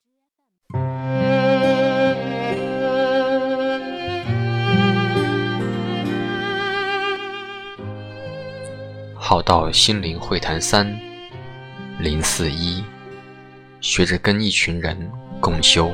好道心灵会谈3-041，学着跟一群人共修。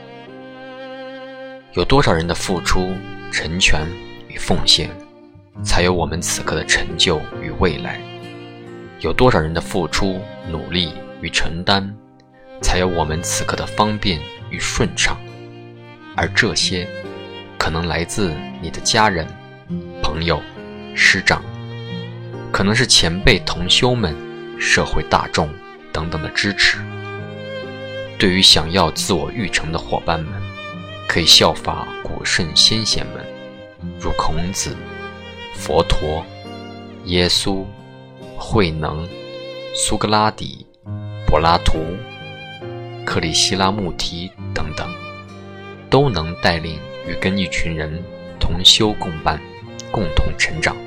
有多少人的付出、成全与奉献，才有我们此刻的成就与未来？有多少人的付出、努力与承担，才有我们此刻的方便与顺畅？而这些，可能来自你的家人、朋友、师长，可能是前辈同修们、社会大众等等的支持。对于想要自我育成的伙伴们，可以效法古圣先贤们，如孔子、佛陀、耶稣、慧能、苏格拉底、柏拉图、克里希拉穆提等等，都能带领与跟一群人同修共伴，共同成长。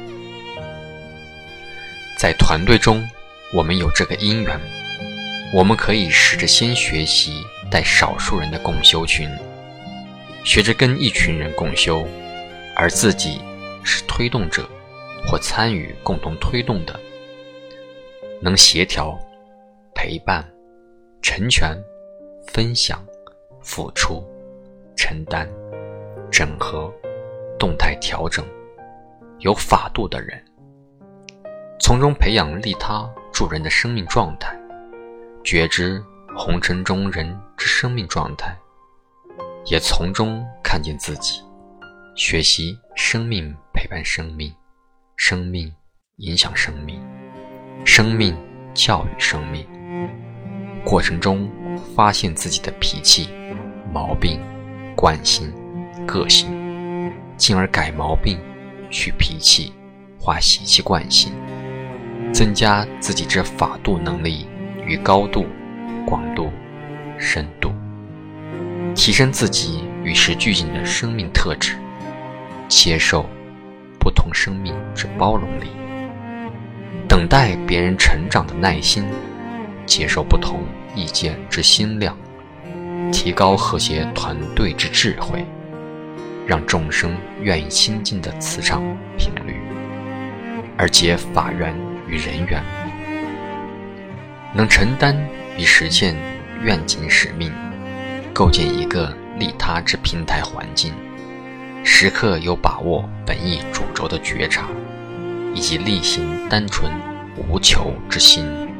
在团队中，我们有这个因缘，我们可以试着先学习带少数人的共修群，学着跟一群人共修，而自己是推动者或参与共同推动的，能协调、陪伴、成全、分享、付出、承担、整合、动态调整，有法度的人，从中培养利他助人的生命状态，觉知红尘中人之生命状态，也从中看见自己，学习生命陪伴生命，生命影响生命，生命教育生命，过程中发现自己的脾气、毛病、惯性、个性，进而改毛病、去脾气、化习气惯性，增加自己之法度能力与高度、广度、深度，提升自己与时俱进的生命特质，接受不同生命之包容力，等待别人成长的耐心，接受不同意见之心量，提高和谐团队之智慧，让众生愿意亲近的磁场频率，而结法缘与人缘，能承担与实现愿景使命，构建一个利他之平台环境，时刻有把握本意主轴的觉察，以及力行单纯无求之心，